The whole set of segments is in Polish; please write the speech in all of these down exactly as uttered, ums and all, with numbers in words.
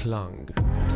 Klang.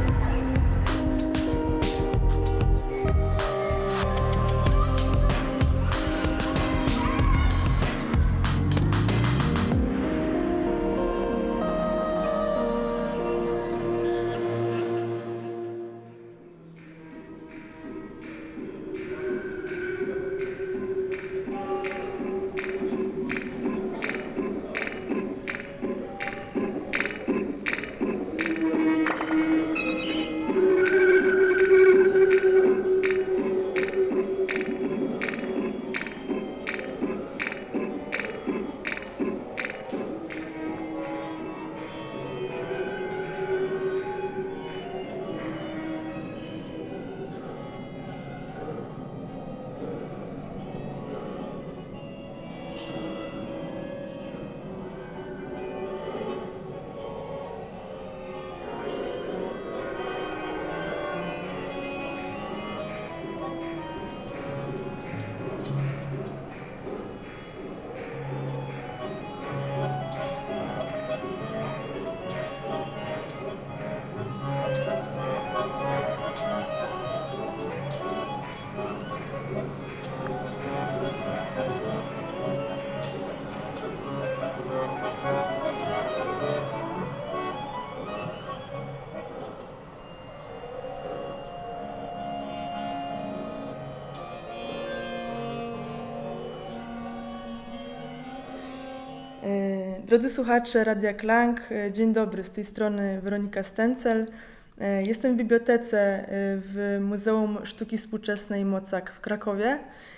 Drodzy słuchacze Radia Klang, dzień dobry, z tej strony Weronika Stencel. Jestem w bibliotece w Muzeum Sztuki Współczesnej Mocak w Krakowie,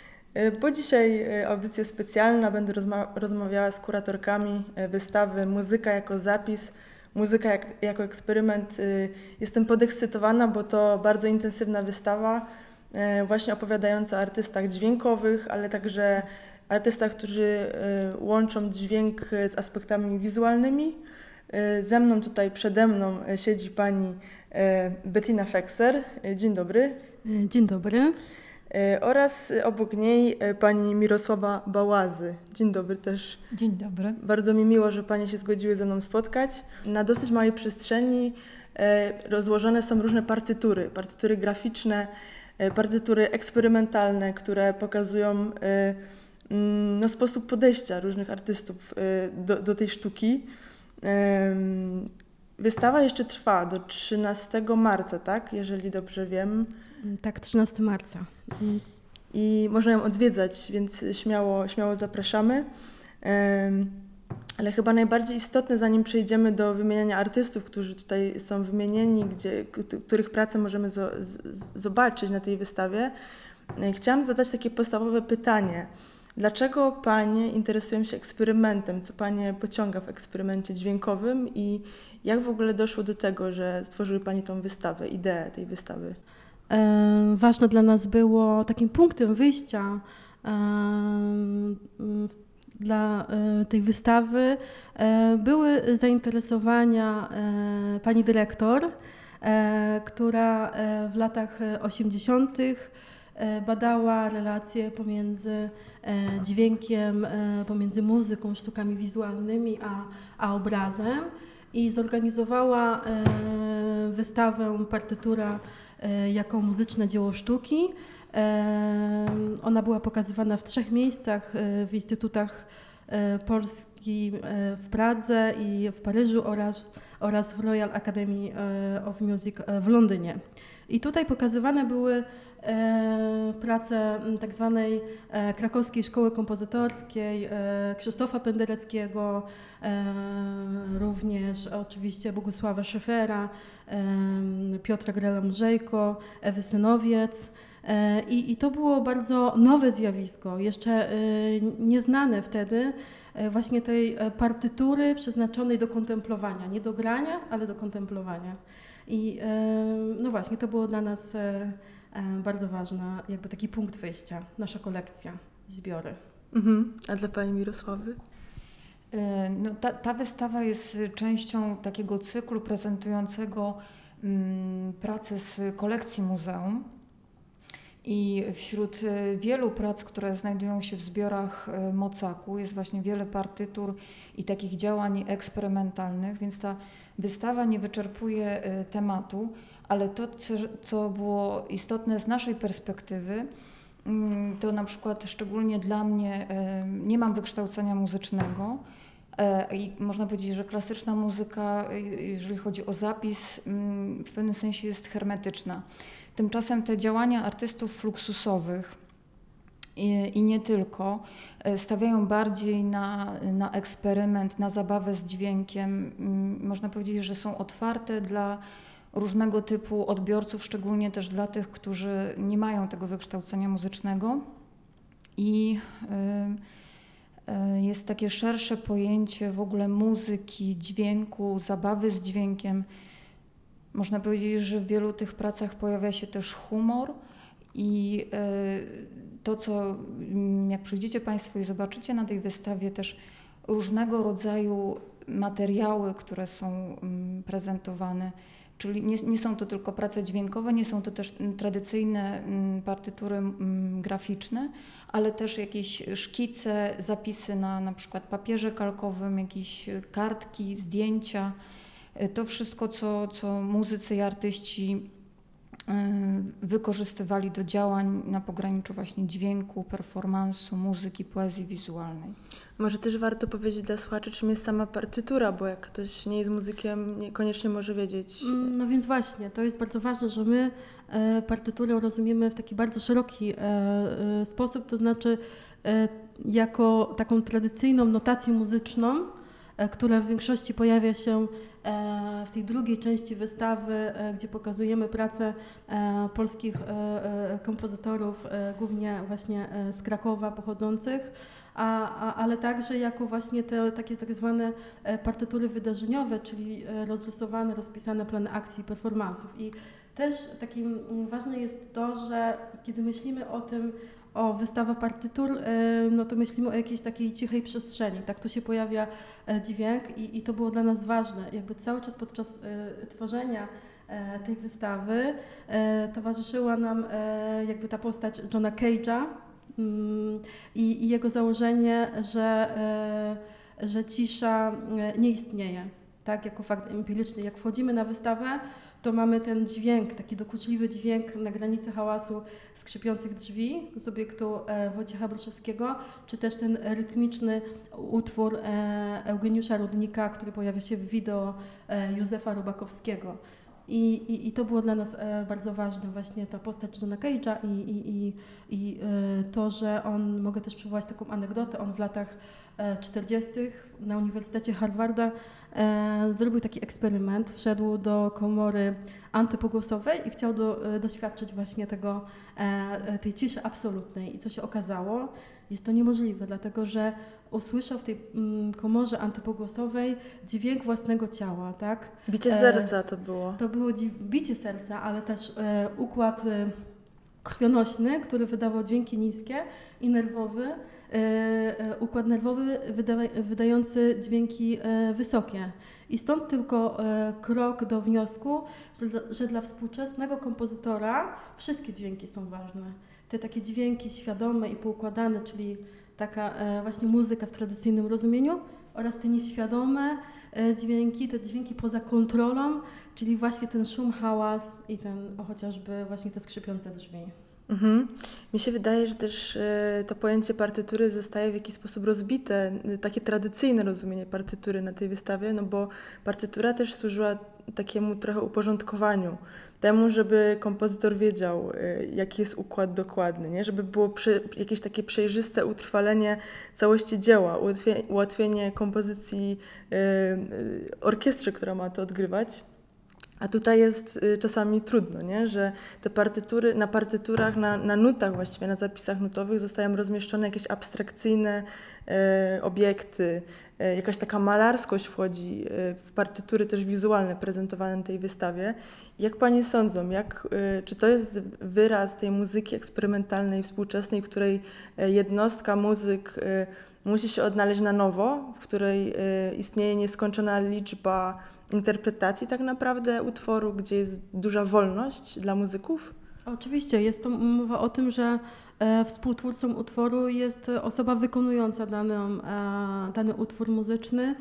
bo dzisiaj audycja specjalna, będę rozma- rozmawiała z kuratorkami wystawy Muzyka jako zapis, muzyka jak, jako eksperyment. Jestem podekscytowana, bo to bardzo intensywna wystawa, właśnie opowiadająca o artystach dźwiękowych, ale także artystach, którzy łączą dźwięk z aspektami wizualnymi. Ze mną tutaj, przede mną siedzi pani Bettina Fekser. Dzień dobry. Dzień dobry. Oraz obok niej pani Mirosława Bałazy. Dzień dobry też. Dzień dobry. Bardzo mi miło, że panie się zgodziły ze mną spotkać. Na dosyć małej przestrzeni rozłożone są różne partytury, partytury graficzne, partytury eksperymentalne, które pokazują no, sposób podejścia różnych artystów do, do tej sztuki. Wystawa jeszcze trwa do trzynastego marca, tak? Jeżeli dobrze wiem. Tak, trzynastego marca. I można ją odwiedzać, więc śmiało, śmiało zapraszamy. Ale chyba najbardziej istotne, zanim przejdziemy do wymieniania artystów, którzy tutaj są wymienieni, gdzie, których pracę możemy zo, z, zobaczyć na tej wystawie, chciałam zadać takie podstawowe pytanie. Dlaczego panie interesują się eksperymentem? Co panie pociąga w eksperymencie dźwiękowym i jak w ogóle doszło do tego, że stworzyły pani tą wystawę, ideę tej wystawy? E, ważne dla nas było takim punktem wyjścia e, dla e, tej wystawy e, były zainteresowania e, pani dyrektor, e, która e, w latach osiemdziesiątych badała relacje pomiędzy dźwiękiem, pomiędzy muzyką, sztukami wizualnymi a, a obrazem i zorganizowała wystawę Partytura jako muzyczne dzieło sztuki. Ona była pokazywana w trzech miejscach, w instytutach Polski w Pradze i w Paryżu oraz, oraz w Royal Academy of Music w Londynie. I tutaj pokazywane były e, prace tak zwanej e, krakowskiej szkoły kompozytorskiej, e, Krzysztofa Pendereckiego, e, również oczywiście Bogusława Szyfera, e, Piotra Grela-Mrzejko, Ewy Synowiec. E, i, I to było bardzo nowe zjawisko, jeszcze e, nieznane wtedy, e, właśnie tej partytury przeznaczonej do kontemplowania, nie do grania, ale do kontemplowania. I no właśnie, to było dla nas bardzo ważne, jakby taki punkt wyjścia, nasza kolekcja, zbiory. Mhm. A dla pani Mirosławy? No, ta, ta wystawa jest częścią takiego cyklu prezentującego mm, pracę z kolekcji muzeum. I wśród wielu prac, które znajdują się w zbiorach Mocaku, jest właśnie wiele partytur i takich działań eksperymentalnych, więc ta wystawa nie wyczerpuje tematu, ale to, co, co było istotne z naszej perspektywy, to na przykład szczególnie dla mnie, nie mam wykształcenia muzycznego i można powiedzieć, że klasyczna muzyka, jeżeli chodzi o zapis, w pewnym sensie jest hermetyczna. Tymczasem te działania artystów fluxusowych i, i nie tylko stawiają bardziej na, na eksperyment, na zabawę z dźwiękiem. Można powiedzieć, że są otwarte dla różnego typu odbiorców, szczególnie też dla tych, którzy nie mają tego wykształcenia muzycznego. I y, y, jest takie szersze pojęcie w ogóle muzyki, dźwięku, zabawy z dźwiękiem. Można powiedzieć, że w wielu tych pracach pojawia się też humor i y, to, co jak przyjdziecie Państwo i zobaczycie na tej wystawie też różnego rodzaju materiały, które są y, prezentowane, czyli nie, nie są to tylko prace dźwiękowe, nie są to też tradycyjne partytury graficzne, ale też jakieś szkice, zapisy na na przykład papierze kalkowym, jakieś kartki, zdjęcia. To wszystko, co, co muzycy i artyści wykorzystywali do działań na pograniczu właśnie dźwięku, performansu, muzyki, poezji wizualnej. Może też warto powiedzieć dla słuchaczy, czym jest sama partytura, bo jak ktoś nie jest muzykiem, niekoniecznie może wiedzieć. No więc właśnie, to jest bardzo ważne, że my e, partyturę rozumiemy w taki bardzo szeroki e, e, sposób, to znaczy e, jako taką tradycyjną notację muzyczną, e, która w większości pojawia się e, w tej drugiej części wystawy, e, gdzie pokazujemy pracę e, polskich e, e, kompozytorów, e, głównie właśnie e, z Krakowa pochodzących. A, a, ale także jako właśnie te takie tak zwane partytury wydarzeniowe, czyli rozrysowane, rozpisane plany akcji i performansów. I też takim ważne jest to, że kiedy myślimy o tym, o wystawa partytur, no to myślimy o jakiejś takiej cichej przestrzeni. Tak tu się pojawia dźwięk i, i to było dla nas ważne. Jakby cały czas podczas tworzenia tej wystawy towarzyszyła nam jakby ta postać Johna Cage'a, I, i jego założenie, że, że cisza nie istnieje, tak, jako fakt empiryczny. Jak wchodzimy na wystawę, to mamy ten dźwięk, taki dokuczliwy dźwięk na granicy hałasu skrzypiących drzwi z obiektu Wojciecha Bruszewskiego, czy też ten rytmiczny utwór Eugeniusza Rudnika, który pojawia się w wideo Józefa Rubakowskiego. I, i, I to było dla nas e, bardzo ważne, właśnie ta postać Johna Cage'a i, i, i, i e, to, że on, mogę też przywołać taką anegdotę, on w latach e, czterdziestych na Uniwersytecie Harvarda e, zrobił taki eksperyment, wszedł do komory antypogłosowej i chciał do, e, doświadczyć właśnie tego, e, tej ciszy absolutnej. I co się okazało? Jest to niemożliwe, dlatego że usłyszał w tej mm, komorze antypogłosowej dźwięk własnego ciała, tak? Bicie serca to było. To było bicie serca, ale też e, układ e, krwionośny, który wydawał dźwięki niskie i nerwowy, e, e, układ nerwowy wyda, wydający dźwięki e, wysokie. I stąd tylko e, krok do wniosku, że, że dla współczesnego kompozytora wszystkie dźwięki są ważne. Te takie dźwięki świadome i poukładane, czyli taka e, właśnie muzyka w tradycyjnym rozumieniu oraz te nieświadome e, dźwięki, te dźwięki poza kontrolą, czyli właśnie ten szum, hałas i ten o, chociażby właśnie te skrzypiące drzwi. Mhm. Mi się wydaje, że też e, to pojęcie partytury zostaje w jakiś sposób rozbite, takie tradycyjne rozumienie partytury na tej wystawie, no bo partytura też służyła takiemu trochę uporządkowaniu, temu, żeby kompozytor wiedział, e, jaki jest układ dokładny, nie? Żeby było prze, jakieś takie przejrzyste utrwalenie całości dzieła, ułatwienie, ułatwienie kompozycji e, e, orkiestrze, która ma to odgrywać. A tutaj jest y, czasami trudno, nie? Że te partytury, na partyturach, na, na nutach właściwie, na zapisach nutowych zostają rozmieszczone jakieś abstrakcyjne e, obiekty, e, jakaś taka malarskość wchodzi e, w partytury też wizualne prezentowane na tej wystawie. Jak Panie sądzą, jak, e, czy to jest wyraz tej muzyki eksperymentalnej, współczesnej, w której e, jednostka, muzyk e, musi się odnaleźć na nowo, w której e, istnieje nieskończona liczba interpretacji tak naprawdę utworu, gdzie jest duża wolność dla muzyków? Oczywiście, jest to mowa o tym, że e, współtwórcą utworu jest osoba wykonująca daną, e, dany utwór muzyczny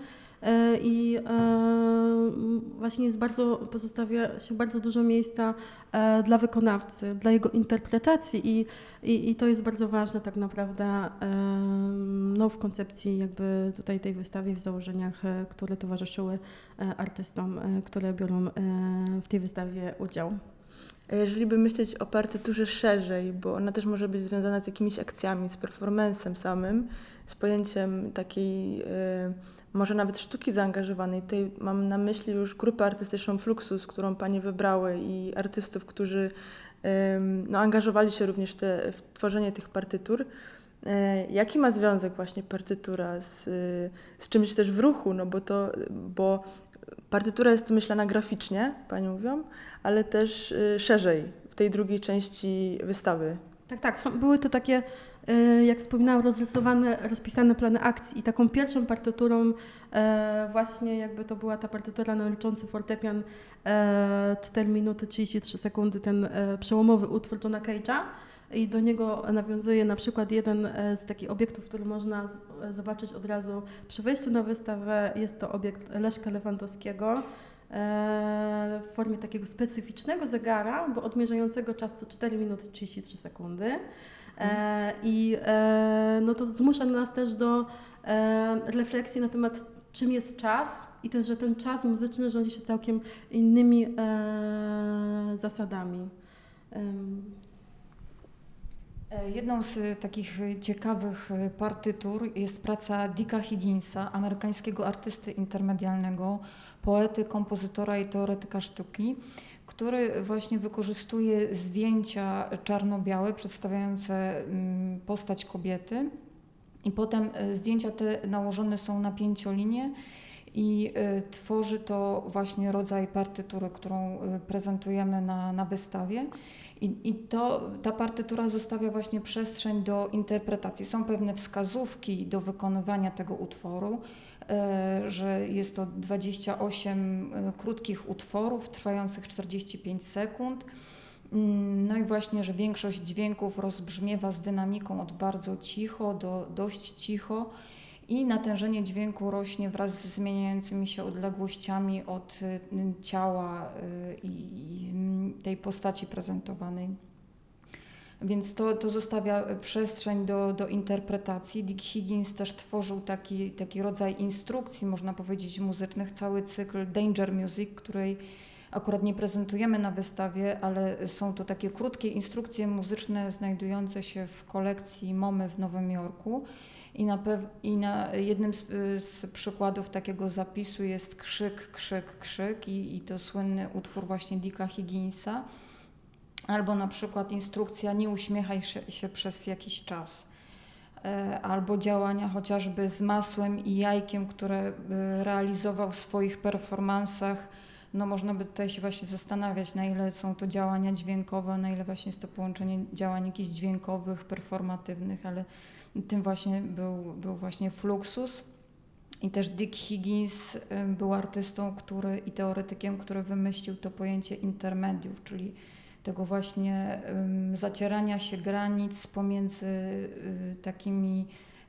i właśnie jest bardzo, pozostawia się bardzo dużo miejsca dla wykonawcy, dla jego interpretacji i, i, i to jest bardzo ważne tak naprawdę no, w koncepcji jakby tutaj tej wystawy, w założeniach, które towarzyszyły artystom, które biorą w tej wystawie udział. A jeżeli by myśleć o partyturze szerzej, bo ona też może być związana z jakimiś akcjami, z performancem samym, z pojęciem takiej, y, może nawet sztuki zaangażowanej. Tutaj mam na myśli już grupę artystyczną Fluxus, którą Panie wybrały i artystów, którzy y, no, angażowali się również te, w tworzenie tych partytur. Y, jaki ma związek właśnie partytura z, y, z czymś też w ruchu, no bo to, bo partytura jest tu myślana graficznie, Panie mówią, ale też y, szerzej w tej drugiej części wystawy. Tak, tak. Są, były to takie, y, jak wspominałam, rozrysowane, rozpisane plany akcji i taką pierwszą partyturą y, właśnie jakby to była ta partytura na liczący fortepian y, cztery minuty trzydzieści trzy sekundy, ten y, przełomowy utwór Johna Cage'a. I do niego nawiązuje na przykład jeden z takich obiektów, który można zobaczyć od razu przy wejściu na wystawę. Jest to obiekt Leszka Lewandowskiego w formie takiego specyficznego zegara, bo odmierzającego czas co cztery minuty trzydzieści trzy sekundy. I no to zmusza nas też do refleksji na temat, czym jest czas i też, że ten czas muzyczny rządzi się całkiem innymi zasadami. Jedną z takich ciekawych partytur jest praca Dicka Higginsa, amerykańskiego artysty intermedialnego, poety, kompozytora i teoretyka sztuki, który właśnie wykorzystuje zdjęcia czarno-białe przedstawiające postać kobiety i potem zdjęcia te nałożone są na pięciolinię i tworzy to właśnie rodzaj partytury, którą prezentujemy na, na wystawie. I, I to, ta partytura zostawia właśnie przestrzeń do interpretacji. Są pewne wskazówki do wykonywania tego utworu, e, że jest to dwadzieścia osiem krótkich utworów trwających czterdzieści pięć sekund. No i właśnie, że większość dźwięków rozbrzmiewa z dynamiką od bardzo cicho do dość cicho i natężenie dźwięku rośnie wraz z zmieniającymi się odległościami od ciała i tej postaci prezentowanej. Więc to, to zostawia przestrzeń do, do interpretacji. Dick Higgins też tworzył taki, taki rodzaj instrukcji, można powiedzieć, muzycznych, cały cykl Danger Music, której akurat nie prezentujemy na wystawie, ale są to takie krótkie instrukcje muzyczne znajdujące się w kolekcji MoMy w Nowym Jorku. I na, pew- I na jednym z, z przykładów takiego zapisu jest krzyk, krzyk, krzyk i, i to słynny utwór właśnie Dicka Higginsa. Albo na przykład instrukcja nie uśmiechaj się, się przez jakiś czas. E, albo działania chociażby z masłem i jajkiem, które e, realizował w swoich performansach. No można by tutaj się właśnie zastanawiać, na ile są to działania dźwiękowe, na ile właśnie jest to połączenie działań jakichś dźwiękowych, performatywnych, ale tym właśnie był, był właśnie Fluxus i też Dick Higgins był artystą który, i teoretykiem, który wymyślił to pojęcie intermediów, czyli tego właśnie um, zacierania się granic pomiędzy y, takimi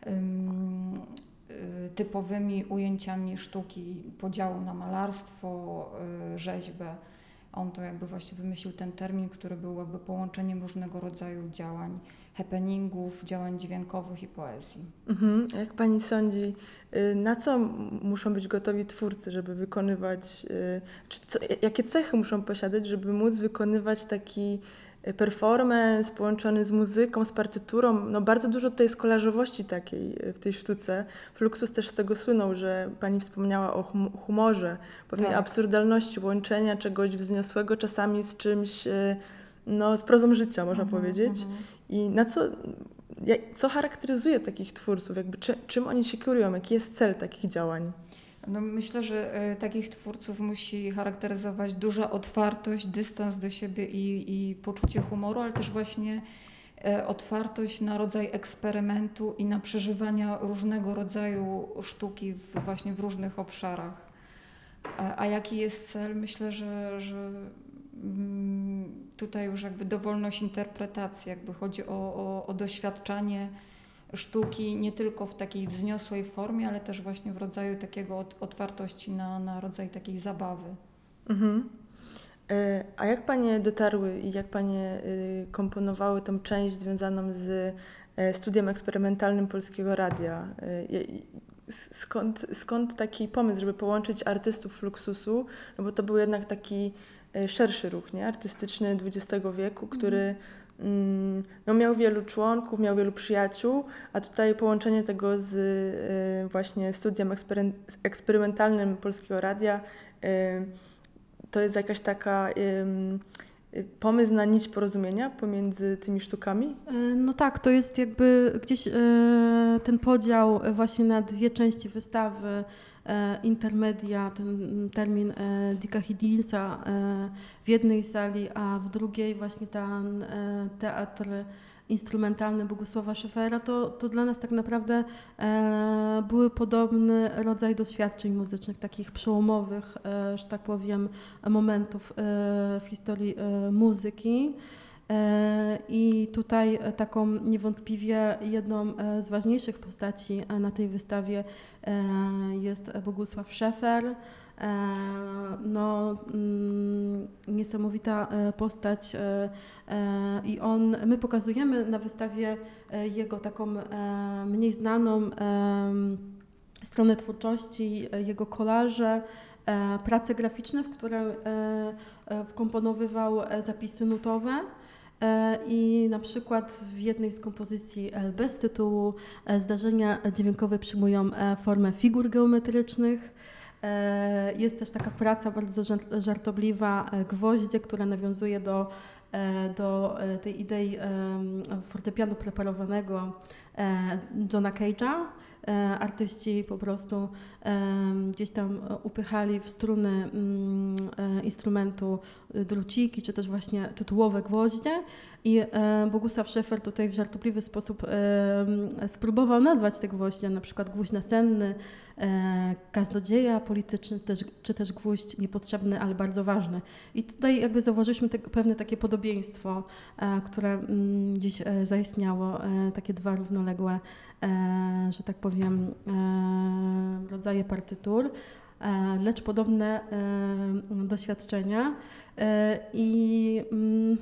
um, y, typowymi ujęciami sztuki, podziału na malarstwo, y, rzeźbę. On to jakby właśnie wymyślił ten termin, który był jakby połączeniem różnego rodzaju działań, happeningów, działań dźwiękowych i poezji. Mhm. A jak Pani sądzi, na co muszą być gotowi twórcy, żeby wykonywać, czy co, jakie cechy muszą posiadać, żeby móc wykonywać taki performance połączony z muzyką, z partyturą? No bardzo dużo tutaj jest kolażowości takiej w tej sztuce. Fluxus też z tego słynął, że Pani wspomniała o hum- humorze, pewnej Tak. absurdalności łączenia czegoś wzniosłego czasami z czymś, no z prozą życia, można Mhm, powiedzieć. mhm. I na co, jak, co charakteryzuje takich twórców? Jakby czy, czym oni się kierują? Jaki jest cel takich działań? No myślę, że e, takich twórców musi charakteryzować duża otwartość, dystans do siebie i, i poczucie humoru, ale też właśnie e, otwartość na rodzaj eksperymentu i na przeżywania różnego rodzaju sztuki w, właśnie w różnych obszarach. A, a jaki jest cel? Myślę, że, że mm, tutaj już jakby dowolność interpretacji, jakby chodzi o, o, o doświadczanie sztuki nie tylko w takiej wzniosłej formie, ale też właśnie w rodzaju takiego ot- otwartości na, na rodzaj takiej zabawy. Mhm. E, A jak Panie dotarły i jak Panie y, komponowały tą część związaną z e, studiem eksperymentalnym Polskiego Radia? E, i- s- Skąd, skąd taki pomysł, żeby połączyć artystów Fluxusu? No bo to był jednak taki e, szerszy ruch, nie? Artystyczny dwudziestego wieku, który mm, no, miał wielu członków, miał wielu przyjaciół, a tutaj połączenie tego z e, właśnie studiem ekspery- eksperymentalnym Polskiego Radia e, to jest jakaś taka ym, y, pomysł na nić porozumienia pomiędzy tymi sztukami? E, No tak, to jest jakby gdzieś e, ten podział właśnie na dwie części wystawy, e, intermedia, ten termin e, Dicka Higginsa e, w jednej sali, a w drugiej właśnie ten e, teatr instrumentalny Bogusława Schaeffera, to, to dla nas tak naprawdę e, były podobny rodzaj doświadczeń muzycznych, takich przełomowych, e, że tak powiem, momentów e, w historii e, muzyki. E, I tutaj e, taką niewątpliwie jedną e, z ważniejszych postaci e, na tej wystawie e, jest Bogusław Schaeffer. E, No, mm, niesamowita e, postać e, e, i on, my pokazujemy na wystawie e, jego taką e, mniej znaną e, stronę twórczości, e, jego kolaże, e, prace graficzne, w które e, e, wkomponowywał e, zapisy nutowe. E, I na przykład w jednej z kompozycji e, bez tytułu e, zdarzenia dźwiękowe przyjmują e, formę figur geometrycznych. E, Jest też taka praca bardzo żart- żartobliwa, e, Gwoździe, która nawiązuje do, e, do e, tej idei em, fortepianu preparowanego e, Johna Cage'a. E, Artyści po prostu em, gdzieś tam upychali w struny mm, e, instrumentu y, druciki, czy też właśnie tytułowe gwoździe. I e, Bogusław Schaeffer tutaj w żartobliwy sposób e, spróbował nazwać te gwoździe, na przykład gwóźdź nasenny, e, kaznodzieja polityczny, też, czy też gwóźdź niepotrzebny, ale bardzo ważny. I tutaj jakby zauważyliśmy te, pewne takie podobieństwo, e, które mm, dziś e, zaistniało, e, takie dwa równoległe, e, że tak powiem, e, rodzaje partytur, e, lecz podobne e, doświadczenia. E, I mm,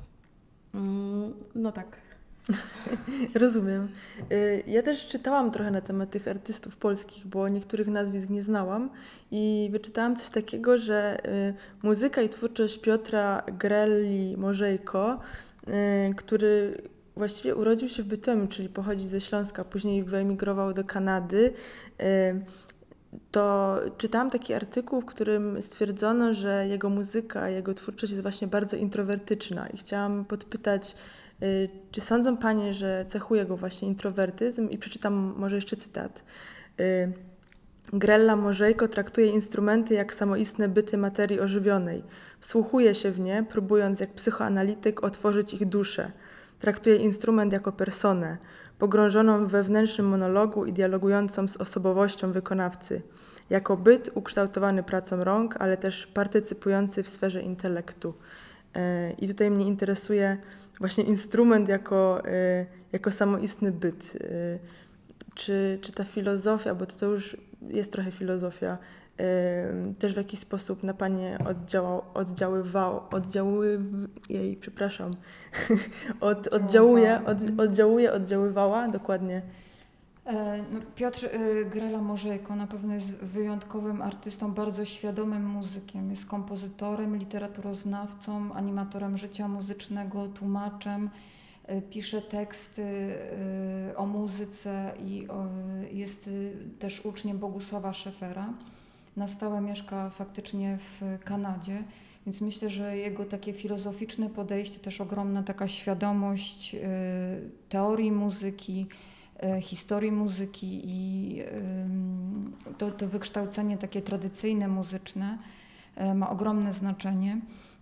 mm, no tak. Rozumiem. Y, Ja też czytałam trochę na temat tych artystów polskich, bo niektórych nazwisk nie znałam i wyczytałam coś takiego, że y, muzyka i twórczość Piotra Grelli-Możejko, y, który właściwie urodził się w Bytomiu, czyli pochodzi ze Śląska, później wyemigrował do Kanady, y, to czytałam taki artykuł, w którym stwierdzono, że jego muzyka, jego twórczość jest właśnie bardzo introwertyczna i chciałam podpytać, y, czy sądzą Panie, że cechuje go właśnie introwertyzm? I przeczytam może jeszcze cytat. Y, Grella Możejko traktuje instrumenty jak samoistne byty materii ożywionej. Wsłuchuje się w nie, próbując jak psychoanalityk otworzyć ich duszę. Traktuje instrument jako personę, pogrążoną w wewnętrznym monologu i dialogującą z osobowością wykonawcy. Jako byt ukształtowany pracą rąk, ale też partycypujący w sferze intelektu. E, I tutaj mnie interesuje właśnie instrument jako, e, jako samoistny byt. E, Czy, czy ta filozofia, bo to, to już jest trochę filozofia, em, też w jakiś sposób na Panie oddziałał, oddziaływał, oddziały, jej, przepraszam, od, oddziałuje, od, oddziałuje, oddziaływała, dokładnie. E, No, Piotr y, Grela-Możejko na pewno jest wyjątkowym artystą, bardzo świadomym muzykiem. Jest kompozytorem, literaturoznawcą, animatorem życia muzycznego, tłumaczem. Y, Pisze teksty y, o muzyce i o, jest y, też uczniem Bogusława Schaeffera. Na stałe mieszka faktycznie w Kanadzie, więc myślę, że jego takie filozoficzne podejście, też ogromna taka świadomość y, teorii muzyki, y, historii muzyki i y, to, to wykształcenie takie tradycyjne, muzyczne y, ma ogromne znaczenie.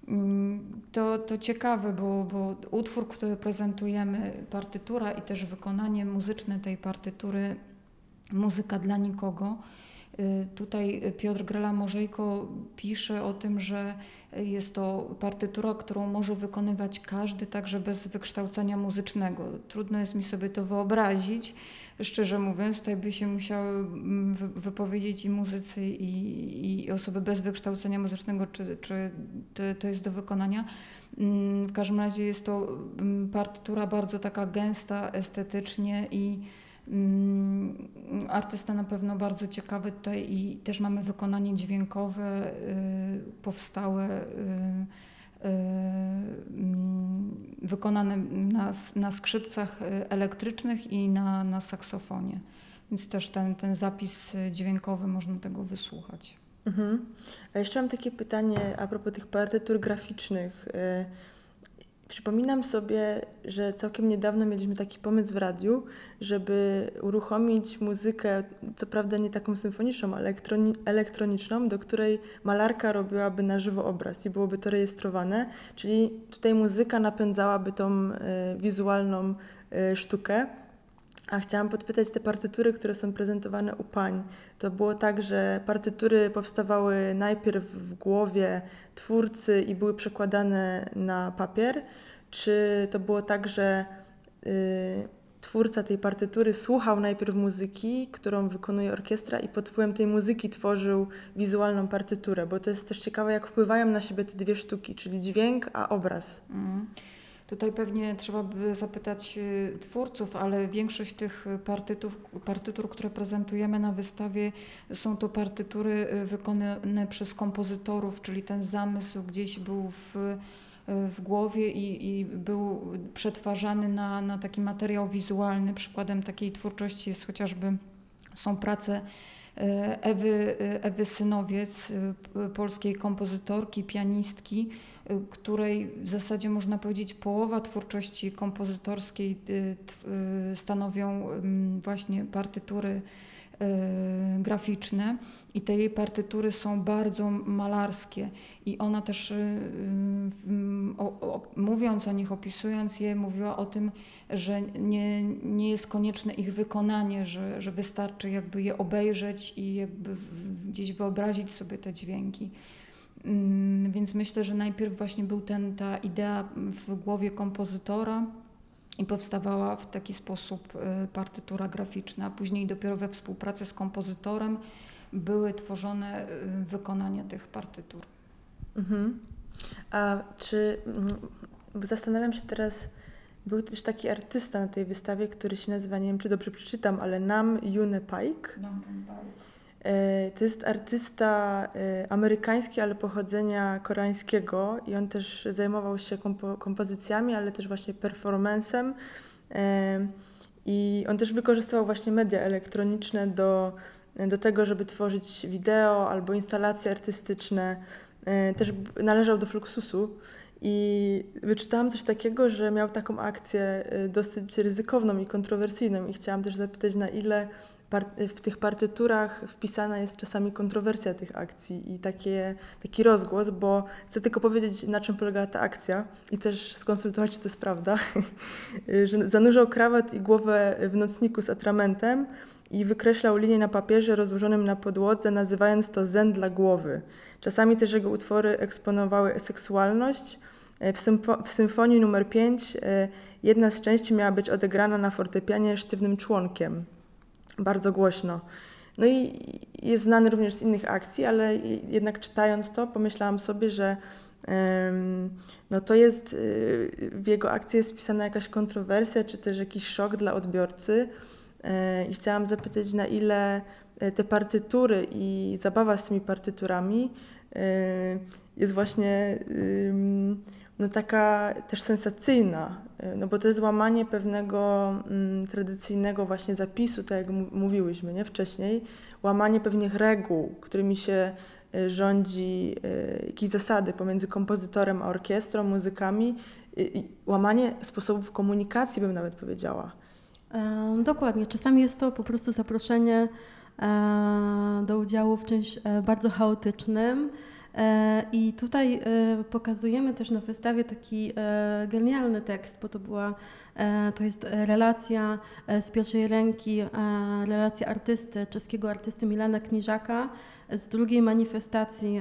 To, to ciekawe, bo, bo utwór, który prezentujemy, partytura i też wykonanie muzyczne tej partytury, muzyka dla nikogo, Tutaj Piotr Grela-Morzejko pisze o tym, że jest to partytura, którą może wykonywać każdy, także bez wykształcenia muzycznego. Trudno jest mi sobie to wyobrazić. Szczerze mówiąc, tutaj by się musiały wypowiedzieć i muzycy, i, i osoby bez wykształcenia muzycznego, czy, czy to, to jest do wykonania. W każdym razie jest to partytura bardzo taka gęsta estetycznie i um, artysta na pewno bardzo ciekawy tutaj i też mamy wykonanie dźwiękowe y, powstałe, y, y, y, wykonane na, na skrzypcach elektrycznych i na, na saksofonie. Więc też ten, ten zapis dźwiękowy można tego wysłuchać. Mhm. A jeszcze mam takie pytanie a propos tych partytur graficznych. Przypominam sobie, że całkiem niedawno mieliśmy taki pomysł w radiu, żeby uruchomić muzykę, co prawda nie taką symfoniczną, ale elektroni- elektroniczną, do której malarka robiłaby na żywo obraz i byłoby to rejestrowane, czyli tutaj muzyka napędzałaby tą y, wizualną y, sztukę. A chciałam podpytać, te partytury, które są prezentowane u pań, to było tak, że partytury powstawały najpierw w głowie twórcy i były przekładane na papier, czy to było tak, że y, twórca tej partytury słuchał najpierw muzyki, którą wykonuje orkiestra i pod wpływem tej muzyki tworzył wizualną partyturę, bo to jest też ciekawe, jak wpływają na siebie te dwie sztuki, czyli dźwięk a obraz. Mm. Tutaj pewnie trzeba by zapytać twórców, ale większość tych partytów, partytur, które prezentujemy na wystawie, są to partytury wykonane przez kompozytorów, czyli ten zamysł gdzieś był w, w głowie i, i był przetwarzany na, na taki materiał wizualny. Przykładem takiej twórczości jest chociażby, są prace Ewy, Ewy Synowiec, polskiej kompozytorki, pianistki, której w zasadzie można powiedzieć połowa twórczości kompozytorskiej stanowią właśnie partytury graficzne i te jej partytury są bardzo malarskie i ona też o, o, mówiąc o nich, opisując je, mówiła o tym, że nie, nie jest konieczne ich wykonanie, że, że wystarczy jakby je obejrzeć i jakby w, gdzieś wyobrazić sobie te dźwięki. Więc myślę, że najpierw właśnie był ten, ta idea w głowie kompozytora i powstawała w taki sposób partytura graficzna, a później dopiero we współpracy z kompozytorem były tworzone wykonania tych partytur. Mhm. A czy, bo zastanawiam się teraz, był też taki artysta na tej wystawie, który się nazywa, nie wiem czy dobrze przeczytam, ale Nam Yoon Paik. Nam Yoon Paik. To jest artysta amerykański, ale pochodzenia koreańskiego i on też zajmował się kompo- kompozycjami, ale też właśnie performancem i on też wykorzystywał właśnie media elektroniczne do, do tego, żeby tworzyć wideo albo instalacje artystyczne. Też należał do Fluxusu i wyczytałam coś takiego, że miał taką akcję dosyć ryzykowną i kontrowersyjną i chciałam też zapytać, na ile w tych partyturach wpisana jest czasami kontrowersja tych akcji i takie, taki rozgłos, bo chcę tylko powiedzieć, na czym polegała ta akcja i też skonsultować, czy to jest prawda, że zanurzał krawat i głowę w nocniku z atramentem i wykreślał linię na papierze rozłożonym na podłodze, nazywając to zen dla głowy. Czasami też jego utwory eksponowały seksualność. W, symfo- w symfonii numer pięć jedna z części miała być odegrana na fortepianie sztywnym członkiem. Bardzo głośno. No i jest znany również z innych akcji, ale jednak czytając to pomyślałam sobie, że um, no to jest, w jego akcji jest wpisana jakaś kontrowersja, czy też jakiś szok dla odbiorcy. I chciałam zapytać, na ile te partytury i zabawa z tymi partyturami jest właśnie no taka też sensacyjna, no bo to jest łamanie pewnego mm, tradycyjnego właśnie zapisu, tak jak m- mówiłyśmy nie, wcześniej, łamanie pewnych reguł, którymi się y, rządzi y, jakieś zasady pomiędzy kompozytorem a orkiestrą, muzykami, y, y, łamanie sposobów komunikacji, bym nawet powiedziała. E, dokładnie, czasami jest to po prostu zaproszenie e, do udziału w czymś e, bardzo chaotycznym, I tutaj pokazujemy też na wystawie taki genialny tekst, bo to była, to jest relacja z pierwszej ręki, relacja artysty, czeskiego artysty Milana Kniżaka z drugiej manifestacji,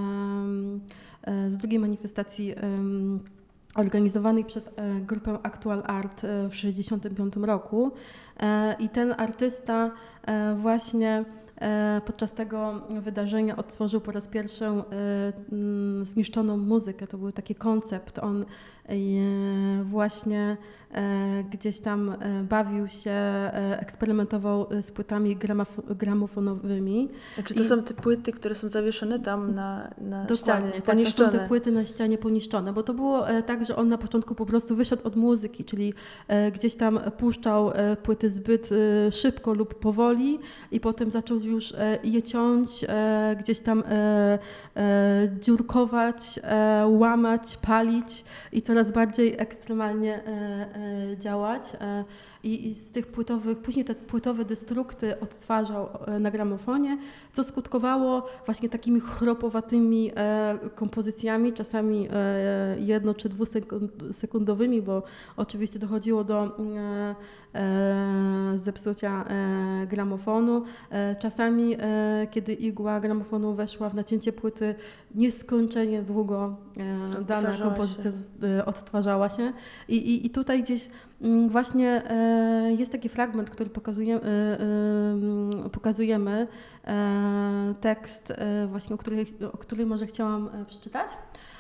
z drugiej manifestacji organizowanej przez grupę Actual Art w tysiąc dziewięćset sześćdziesiątym piątym roku. I ten artysta właśnie podczas tego wydarzenia odtworzył po raz pierwszy zniszczoną muzykę. To był taki koncept. On właśnie gdzieś tam bawił się, eksperymentował z płytami gramaf- gramofonowymi. Znaczy to I... są te płyty, które są zawieszone tam na, na Dokładnie, ścianie, tak, poniszczone. To są te płyty na ścianie poniszczone, bo to było tak, że on na początku po prostu wyszedł od muzyki, czyli gdzieś tam puszczał płyty zbyt szybko lub powoli i potem zaczął już je ciąć, gdzieś tam dziurkować, łamać, palić i coraz bardziej ekstremalnie działać. I, I z tych płytowych, później te płytowe destrukty odtwarzał na gramofonie, co skutkowało właśnie takimi chropowatymi e, kompozycjami, czasami e, jedno- czy dwusekundowymi, bo oczywiście dochodziło do e, e, zepsucia e, gramofonu. E, czasami, e, kiedy igła gramofonu weszła w nacięcie płyty, nieskończenie długo e, dana kompozycja się. Z, e, odtwarzała się. I, i, i tutaj gdzieś właśnie jest taki fragment, który pokazuje, pokazujemy, tekst właśnie, o który, o który może chciałam przeczytać.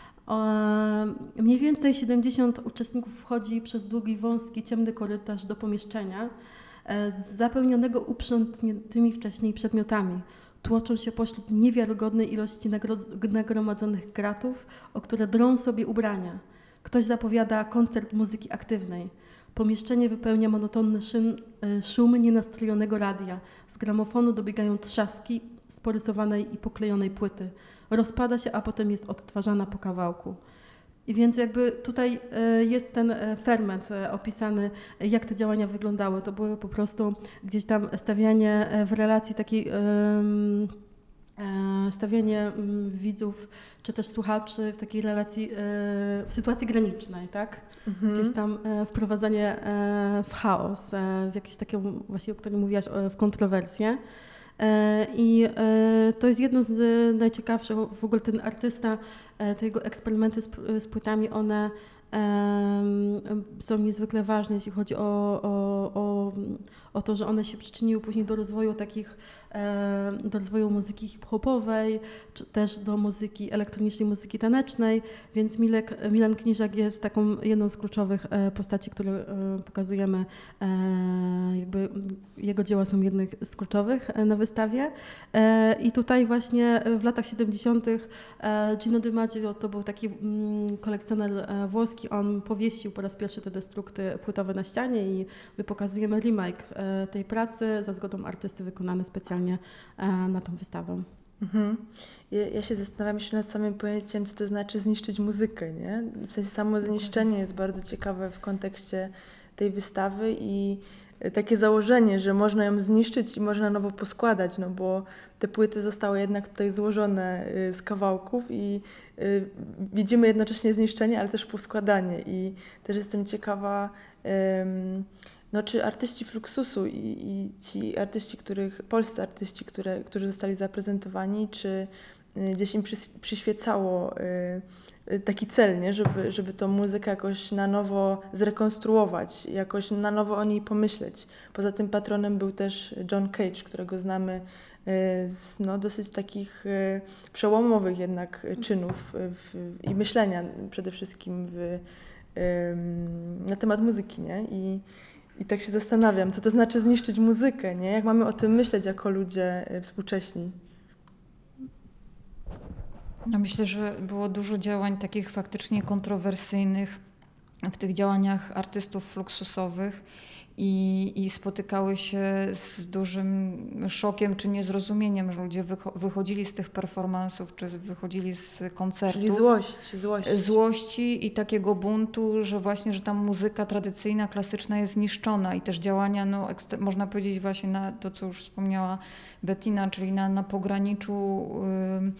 Mniej więcej siedemdziesiąt uczestników wchodzi przez długi, wąski, ciemny korytarz do pomieszczenia zapełnionego uprzątniętymi wcześniej przedmiotami. Tłoczą się pośród niewiarygodnej ilości nagromadzonych gratów, o które drą sobie ubrania. Ktoś zapowiada koncert muzyki aktywnej. Pomieszczenie wypełnia monotonny szym, szum nienastrojonego radia. Z gramofonu dobiegają trzaski z porysowanej i poklejonej płyty. Rozpada się, a potem jest odtwarzana po kawałku. I więc jakby tutaj jest ten ferment opisany, jak te działania wyglądały. To były po prostu gdzieś tam stawianie w relacji takiej, stawianie widzów czy też słuchaczy w takiej relacji, w sytuacji granicznej, tak? Mhm. Gdzieś tam wprowadzanie w chaos, w jakieś takie właśnie, o którym mówiłaś, w kontrowersje. I to jest jedno z najciekawszych, w ogóle ten artysta, te jego eksperymenty z, z płytami, one są niezwykle ważne, jeśli chodzi o, o, o, o to, że one się przyczyniły później do rozwoju takich, do rozwoju muzyki hip-hopowej, czy też do muzyki elektronicznej, muzyki tanecznej, więc Milek, Milan Kniżak jest taką jedną z kluczowych postaci, które pokazujemy, jakby jego dzieła są jednym z kluczowych na wystawie. I tutaj właśnie w latach siedemdziesiątych Gino Di Maggio to był taki kolekcjoner włoski, on powiesił po raz pierwszy te destrukty płytowe na ścianie i my pokazujemy remake tej pracy za zgodą artysty wykonany specjalnie na tą wystawę. Mhm. Ja, ja się zastanawiam jeszcze nad samym pojęciem, co to znaczy zniszczyć muzykę, nie? W sensie samo zniszczenie jest bardzo ciekawe w kontekście tej wystawy i takie założenie, że można ją zniszczyć i można na nowo poskładać, no bo te płyty zostały jednak tutaj złożone z kawałków i widzimy jednocześnie zniszczenie, ale też poskładanie i też jestem ciekawa, no, czy artyści Fluxusu i, i ci artyści, których, polscy artyści, które, którzy zostali zaprezentowani, czy gdzieś im przys, przyświecało taki cel, nie? Żeby, żeby tą muzykę jakoś na nowo zrekonstruować, jakoś na nowo o niej pomyśleć. Poza tym patronem był też John Cage, którego znamy z no, dosyć takich przełomowych jednak czynów w, i myślenia przede wszystkim w, na temat muzyki, nie? I, I tak się zastanawiam, co to znaczy zniszczyć muzykę, nie? Jak mamy o tym myśleć jako ludzie współcześni? No myślę, że było dużo działań takich faktycznie kontrowersyjnych w tych działaniach artystów fluxusowych i, i spotykały się z dużym szokiem czy niezrozumieniem, że ludzie wycho- wychodzili z tych performansów czy wychodzili z koncertów. Czyli złość, złość. Złości i takiego buntu, że właśnie, że ta muzyka tradycyjna, klasyczna jest zniszczona i też działania, no, ekst- można powiedzieć właśnie na to, co już wspomniała Bettina, czyli na, na pograniczu yy,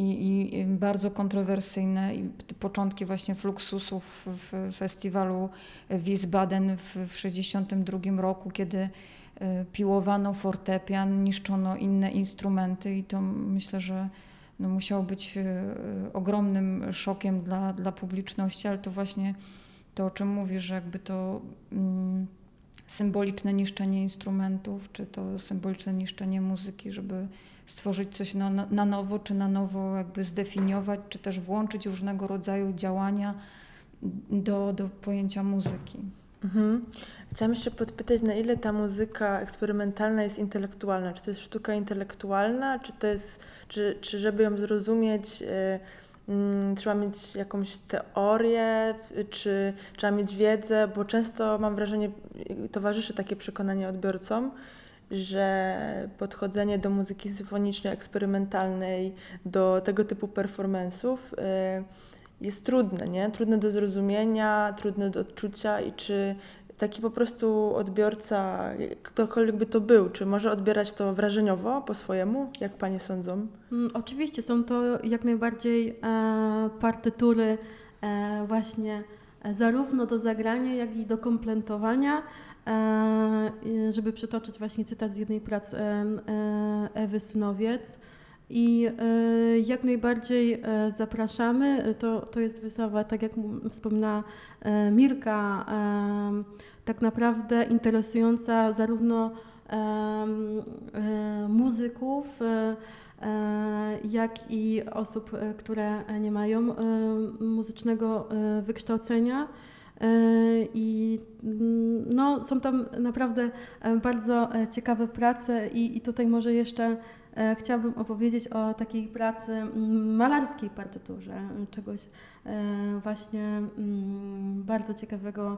i, i bardzo kontrowersyjne. I początki właśnie Fluxusów w festiwalu Wiesbaden w tysiąc dziewięćset sześćdziesiątym drugim roku, kiedy piłowano fortepian, niszczono inne instrumenty i to myślę, że no musiało być ogromnym szokiem dla, dla publiczności, ale to właśnie to, o czym mówisz, że jakby to mm, symboliczne niszczenie instrumentów, czy to symboliczne niszczenie muzyki, żeby stworzyć coś na, na nowo, czy na nowo jakby zdefiniować, czy też włączyć różnego rodzaju działania do, do pojęcia muzyki. Mhm. Chciałam jeszcze podpytać, na ile ta muzyka eksperymentalna jest intelektualna? Czy to jest sztuka intelektualna, czy to jest, czy, czy żeby ją zrozumieć, y, y, trzeba mieć jakąś teorię, y, czy trzeba mieć wiedzę, bo często mam wrażenie, y, towarzyszy takie przekonanie odbiorcom, że podchodzenie do muzyki symfonicznej, eksperymentalnej, do tego typu performance'ów y, jest trudne, nie? Trudne do zrozumienia, trudne do odczucia i czy taki po prostu odbiorca, ktokolwiek by to był, czy może odbierać to wrażeniowo, po swojemu, jak Panie sądzą? Mm, Oczywiście są to jak najbardziej e, partytury e, właśnie e, zarówno do zagrania, jak i do kompletowania, e, żeby przytoczyć właśnie cytat z jednej prac e, e, Ewy Synowiec. I e, jak najbardziej e, zapraszamy. To, to jest wystawa, tak jak wspominała e, Mirka, e, tak naprawdę interesująca zarówno e, e, muzyków, e, e, jak i osób, e, które nie mają e, muzycznego e, wykształcenia. E, I no, są tam naprawdę e, bardzo e, ciekawe prace i, i tutaj może jeszcze E, chciałabym opowiedzieć o takiej pracy mm, malarskiej partyturze, czegoś e, właśnie mm, bardzo ciekawego.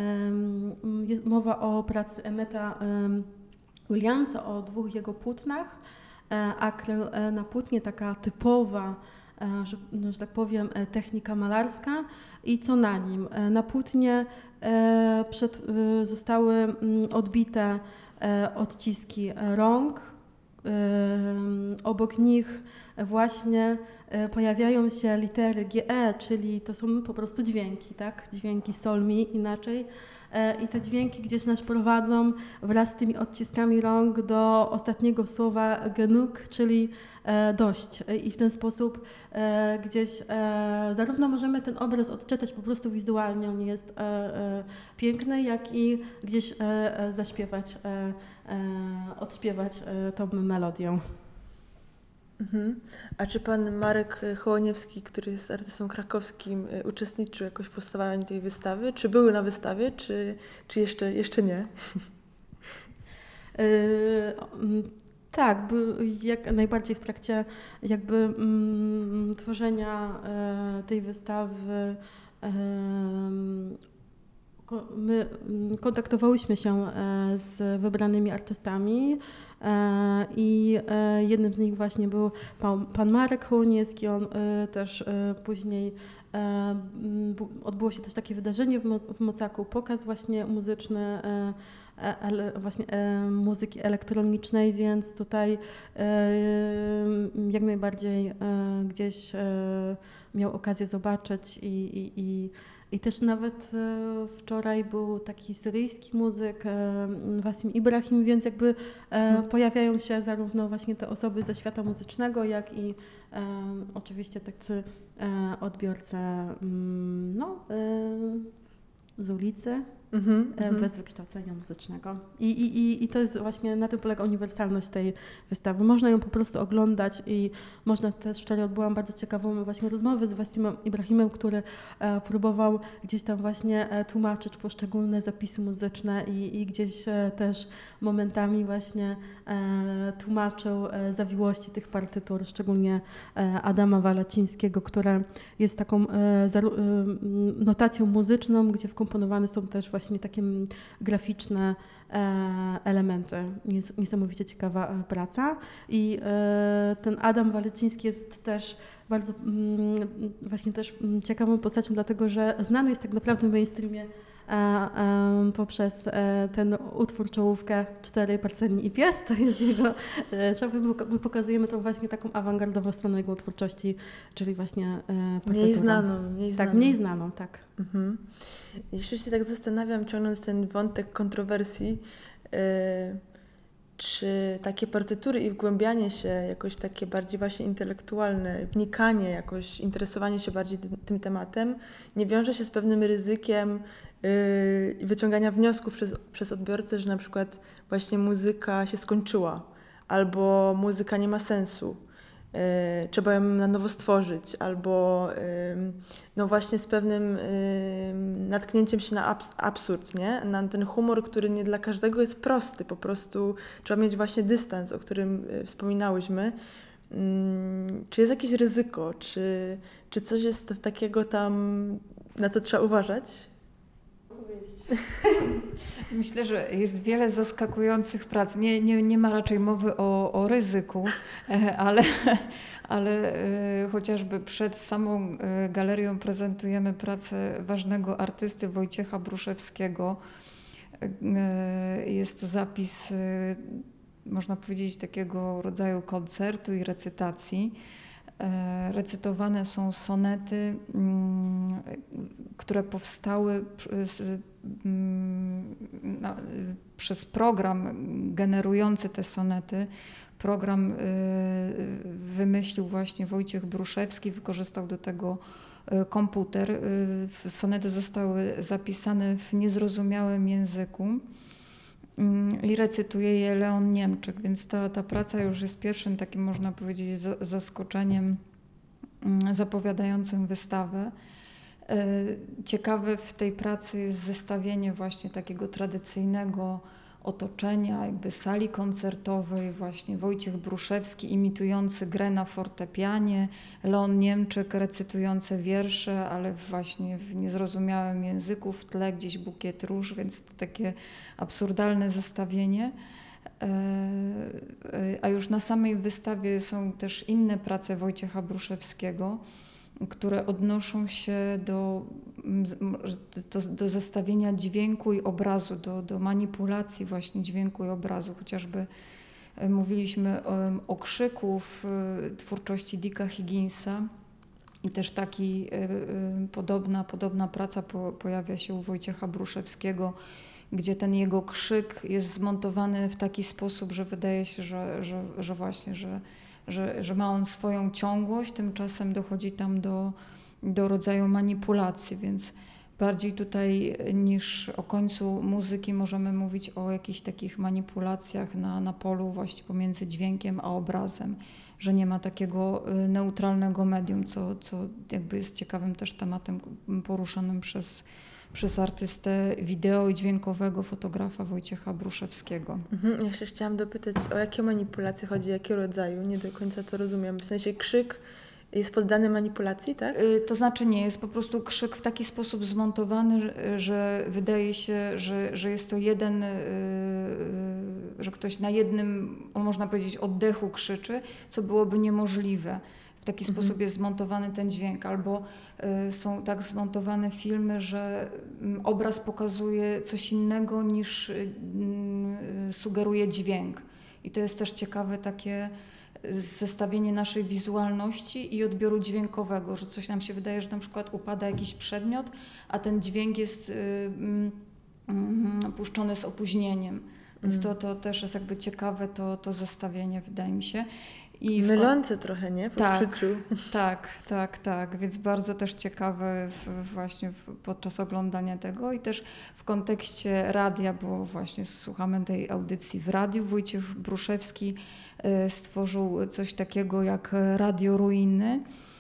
E, jest mowa o pracy Emmeta e, Williamsa, o dwóch jego płótnach. E, akryl e, na płótnie, taka typowa, e, że, no, że tak powiem, e, technika malarska. I co na nim? E, na płótnie e, przed, e, zostały m, odbite e, odciski rąk. Obok nich właśnie pojawiają się litery G E, czyli to są po prostu dźwięki, tak? Dźwięki sol, mi inaczej. I te dźwięki gdzieś nas prowadzą wraz z tymi odciskami rąk do ostatniego słowa genug, czyli dość. I w ten sposób gdzieś zarówno możemy ten obraz odczytać po prostu wizualnie, on jest piękny, jak i gdzieś zaśpiewać, odśpiewać tą melodię. Mhm. A czy pan Marek Hołoniewski, który jest artystą krakowskim, uczestniczył jakoś w powstawaniu tej wystawy? Czy był na wystawie, czy, czy jeszcze, jeszcze nie? Yy, tak, był jak najbardziej w trakcie jakby mm, tworzenia e, tej wystawy. E, My kontaktowałyśmy się z wybranymi artystami i jednym z nich właśnie był pan, pan Marek Hołoniewski. On też później odbyło się też takie wydarzenie w, Mo, w Mocaku, pokaz właśnie muzyczny, ele, właśnie muzyki elektronicznej, więc tutaj jak najbardziej gdzieś miał okazję zobaczyć i, i, i I też nawet e, wczoraj był taki syryjski muzyk, e, Wasim Ibrahim, więc jakby e, pojawiają się zarówno właśnie te osoby ze świata muzycznego, jak i e, oczywiście tacy e, odbiorcy mm, no, e, z ulicy, Mhm, e, mhm. bez wykształcenia muzycznego. I, i, I to jest właśnie, na tym polega uniwersalność tej wystawy. Można ją po prostu oglądać i można też, wczoraj odbyłam bardzo ciekawą właśnie rozmowę z Wasimem Ibrahimem, który e, próbował gdzieś tam właśnie e, tłumaczyć poszczególne zapisy muzyczne i, i gdzieś e, też momentami właśnie e, tłumaczył e, zawiłości tych partytur, szczególnie e, Adama Walacińskiego, która jest taką e, zaru, e, notacją muzyczną, gdzie wkomponowane są też właśnie takie graficzne e, elementy. Jest niesamowicie ciekawa praca i e, ten Adam Waleciński jest też bardzo mm, właśnie też ciekawą postacią, dlatego że znany jest tak naprawdę w mainstreamie poprzez ten utwór Czołówkę Cztery Parcelni i Pies, to jest jego szef. My pokazujemy tą właśnie taką awangardową stronę jego twórczości, czyli właśnie mniej znaną, mniej znaną. Tak, mniej znaną, tak. Mhm. Jeśli się tak zastanawiam, ciągnąc ten wątek kontrowersji, yy, czy takie partytury i wgłębianie się, jakoś takie bardziej właśnie intelektualne, wnikanie, jakoś interesowanie się bardziej tym, tym tematem, nie wiąże się z pewnym ryzykiem yy, wyciągania wniosków przez, przez odbiorcę, że na przykład właśnie muzyka się skończyła, albo muzyka nie ma sensu. Yy, trzeba ją na nowo stworzyć, albo yy, no właśnie z pewnym yy, natknięciem się na abs- absurd, nie? Na ten humor, który nie dla każdego jest prosty, po prostu trzeba mieć właśnie dystans, o którym yy, wspominałyśmy. Yy, czy jest jakieś ryzyko, czy, czy coś jest takiego tam, na co trzeba uważać? Myślę, że jest wiele zaskakujących prac. Nie, nie, nie ma raczej mowy o, o ryzyku, ale, ale chociażby przed samą galerią prezentujemy pracę ważnego artysty Wojciecha Bruszewskiego. Jest to zapis, można powiedzieć, takiego rodzaju koncertu i recytacji. Recytowane są sonety, które powstały z, na, przez program generujący te sonety. Program wymyślił właśnie Wojciech Bruszewski, wykorzystał do tego komputer. Sonety zostały zapisane w niezrozumiałym języku i recytuje je Leon Niemczyk, więc ta, ta praca już jest pierwszym takim, można powiedzieć, zaskoczeniem zapowiadającym wystawę. Ciekawe w tej pracy jest zestawienie właśnie takiego tradycyjnego otoczenia, jakby sali koncertowej, właśnie Wojciech Bruszewski imitujący grę na fortepianie, Leon Niemczyk recytujący wiersze, ale właśnie w niezrozumiałym języku, w tle gdzieś bukiet róż, więc to takie absurdalne zestawienie. A już na samej wystawie są też inne prace Wojciecha Bruszewskiego, które odnoszą się do, do, do zestawienia dźwięku i obrazu, do, do manipulacji właśnie dźwięku i obrazu. Chociażby mówiliśmy o, o krzyku w twórczości Dicka Higginsa i też taki podobna, podobna praca po, pojawia się u Wojciecha Bruszewskiego, gdzie ten jego krzyk jest zmontowany w taki sposób, że wydaje się, że, że, że właśnie, że Że, że ma on swoją ciągłość, tymczasem dochodzi tam do, do rodzaju manipulacji, więc bardziej tutaj niż o końcu muzyki możemy mówić o jakichś takich manipulacjach na, na polu właśnie pomiędzy dźwiękiem a obrazem, że nie ma takiego neutralnego medium, co, co jakby jest ciekawym też tematem poruszonym przez przez artystę wideo i dźwiękowego fotografa Wojciecha Bruszewskiego. Mhm. Jeszcze chciałam dopytać, o jakie manipulacje chodzi, jakiego rodzaju? Nie do końca to rozumiem. W sensie krzyk jest poddany manipulacji, tak? Yy, to znaczy nie, jest po prostu krzyk w taki sposób zmontowany, że, że wydaje się, że, że jest to jeden, yy, yy, że ktoś na jednym, można powiedzieć, oddechu krzyczy, co byłoby niemożliwe. W taki mhm. sposób jest zmontowany ten dźwięk, albo y, są tak zmontowane filmy, że y, obraz pokazuje coś innego niż y, y, sugeruje dźwięk. I to jest też ciekawe takie zestawienie naszej wizualności i odbioru dźwiękowego, że coś nam się wydaje, że na przykład upada jakiś przedmiot, a ten dźwięk jest y, y, y, puszczony z opóźnieniem. Więc mm. to, to też jest jakby ciekawe to, to zestawienie, wydaje mi się. I mylące w... trochę, nie? W tak, odczuciu. tak, tak, tak. Więc bardzo też ciekawe w, właśnie w, podczas oglądania tego i też w kontekście radia, bo właśnie słuchamy tej audycji w radiu. Wojciech Bruszewski y, stworzył coś takiego jak Radio Ruiny.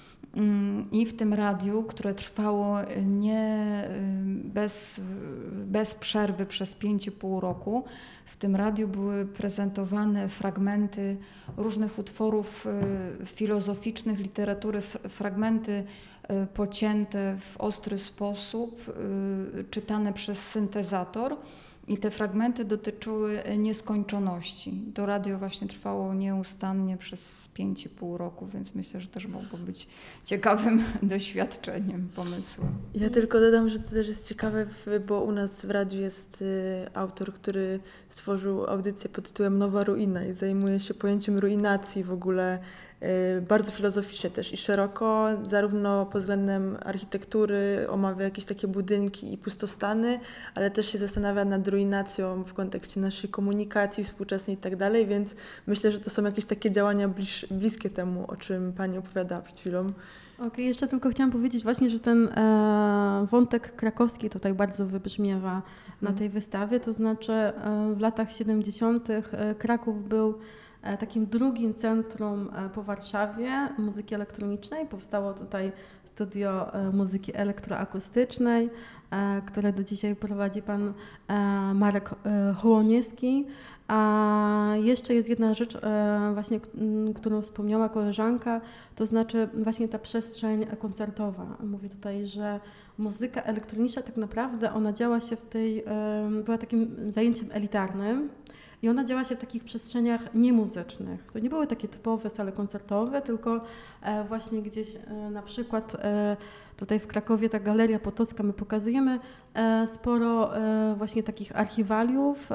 I w tym radiu, które trwało nie bez, bez przerwy przez pięć i pół roku, w tym radiu były prezentowane fragmenty różnych utworów filozoficznych, literatury, fragmenty pocięte w ostry sposób, czytane przez syntezator. I te fragmenty dotyczyły nieskończoności. To radio właśnie trwało nieustannie przez pięć i pół roku, więc myślę, że też mogło być ciekawym doświadczeniem, pomysłem. Ja tylko dodam, że to też jest ciekawe, bo u nas w radiu jest autor, który stworzył audycję pod tytułem Nowa Ruina i zajmuje się pojęciem ruinacji w ogóle bardzo filozoficznie też i szeroko, zarówno pod względem architektury, omawia jakieś takie budynki i pustostany, ale też się zastanawia nad ruinacją w kontekście naszej komunikacji współczesnej i tak dalej, więc myślę, że to są jakieś takie działania bliż, bliskie temu, o czym Pani opowiadała przed chwilą. Okej, okay, jeszcze tylko chciałam powiedzieć właśnie, że ten e, wątek krakowski tutaj bardzo wybrzmiewa hmm. na tej wystawie, to znaczy e, w latach siedemdziesiątych e, Kraków był takim drugim centrum po Warszawie muzyki elektronicznej. Powstało tutaj studio muzyki elektroakustycznej, które do dzisiaj prowadzi pan Marek Hołoniewski. A jeszcze jest jedna rzecz, właśnie, którą wspomniała koleżanka, to znaczy właśnie ta przestrzeń koncertowa. Mówi tutaj, że muzyka elektroniczna tak naprawdę ona działa się w tej, była takim zajęciem elitarnym. I ona działa się w takich przestrzeniach niemuzycznych. To nie były takie typowe sale koncertowe, tylko e, właśnie gdzieś e, na przykład e, tutaj w Krakowie ta Galeria Potocka, my pokazujemy e, sporo e, właśnie takich archiwaliów e,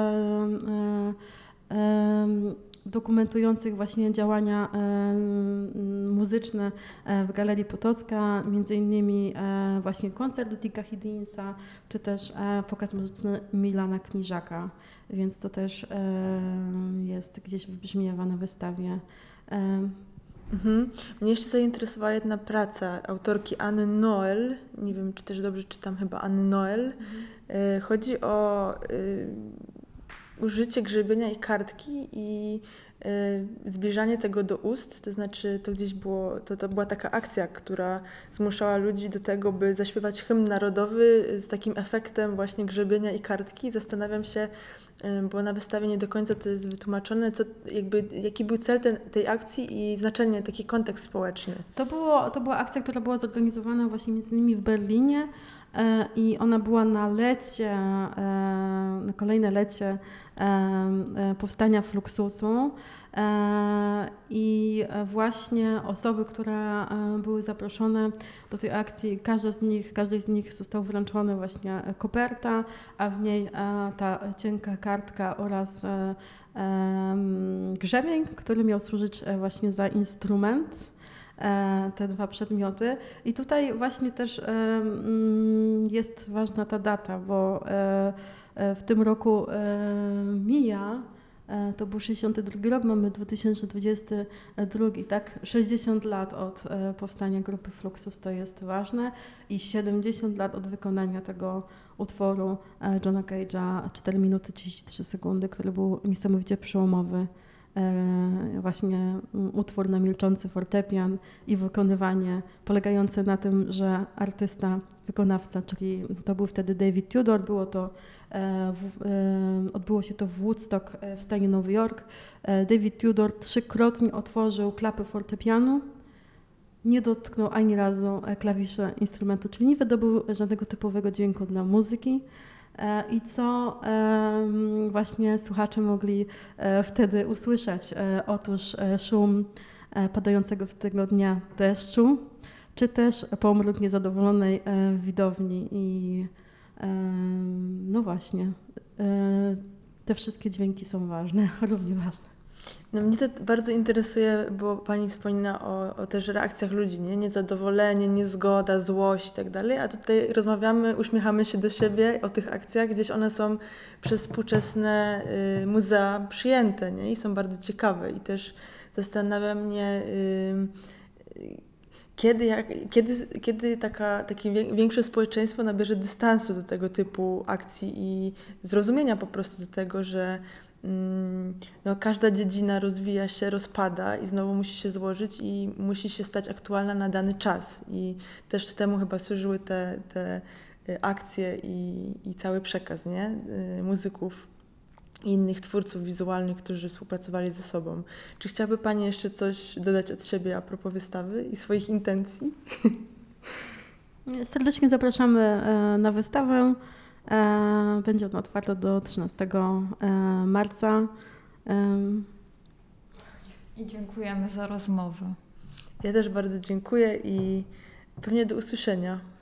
e, e, dokumentujących właśnie działania e, muzyczne e, w Galerii Potocka, między innymi e, właśnie koncert Dicka Higginsa, czy też e, pokaz muzyczny Milana Kniżaka. Więc to też e, jest gdzieś wybrzmiewa na wystawie. E. Mhm. Mnie jeszcze zainteresowała jedna praca autorki Anny Noel. Nie wiem, czy też dobrze czytam, chyba Anny Noel. Mhm. E, chodzi o e, użycie grzebienia i kartki i y, zbliżanie tego do ust, to znaczy to gdzieś było, to, to była taka akcja, która zmuszała ludzi do tego, by zaśpiewać hymn narodowy z takim efektem właśnie grzebienia i kartki. Zastanawiam się, y, bo na wystawie nie do końca to jest wytłumaczone, co, jakby, jaki był cel ten, tej akcji i znaczenie, taki kontekst społeczny. To, było, to była akcja, która była zorganizowana właśnie między innymi w Berlinie. I ona była na lecie, na kolejne lecie powstania Fluxusu i właśnie osoby, które były zaproszone do tej akcji, każda z nich, każdej z nich został wręczony właśnie koperta, a w niej ta cienka kartka oraz grzebień, który miał służyć właśnie za instrument. Te dwa przedmioty. I tutaj właśnie też jest ważna ta data, bo w tym roku mija, to był sześćdziesiąty drugi rok, mamy dwa tysiące dwudziesty drugi, tak? sześćdziesiąt lat od powstania grupy Fluxus, to jest ważne, i siedemdziesiąt lat od wykonania tego utworu Johna Cage'a cztery minuty trzydzieści trzy sekundy, który był niesamowicie przełomowy. Właśnie utwór na milczący fortepian i wykonywanie polegające na tym, że artysta, wykonawca, czyli to był wtedy David Tudor, było to, odbyło się to w Woodstock w stanie Nowy Jork. David Tudor trzykrotnie otworzył klapy fortepianu, nie dotknął ani razu klawiszy instrumentu, czyli nie wydobył żadnego typowego dźwięku dla muzyki. I co właśnie słuchacze mogli wtedy usłyszeć? Otóż szum padającego w tego dnia deszczu, czy też pomruk niezadowolonej widowni. I no właśnie, te wszystkie dźwięki są ważne, równie ważne. No mnie to bardzo interesuje, bo Pani wspomina o, o też reakcjach ludzi, nie? Niezadowolenie, niezgoda, złość i tak dalej, a tutaj rozmawiamy, uśmiechamy się do siebie o tych akcjach, gdzieś one są przez współczesne y, muzea przyjęte, nie? I są bardzo ciekawe i też zastanawia mnie, y, y, kiedy, jak, kiedy, kiedy taka, takie większe społeczeństwo nabierze dystansu do tego typu akcji i zrozumienia po prostu do tego, że no, każda dziedzina rozwija się, rozpada i znowu musi się złożyć i musi się stać aktualna na dany czas. I też temu chyba służyły te, te akcje i, i cały przekaz, nie? Muzyków i innych twórców wizualnych, którzy współpracowali ze sobą. Czy chciałaby Pani jeszcze coś dodać od siebie a propos wystawy i swoich intencji? Serdecznie zapraszamy na wystawę. Będzie ona otwarta do trzynastego marca. I dziękujemy za rozmowę. Ja też bardzo dziękuję i pewnie do usłyszenia.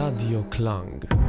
Radio Klang.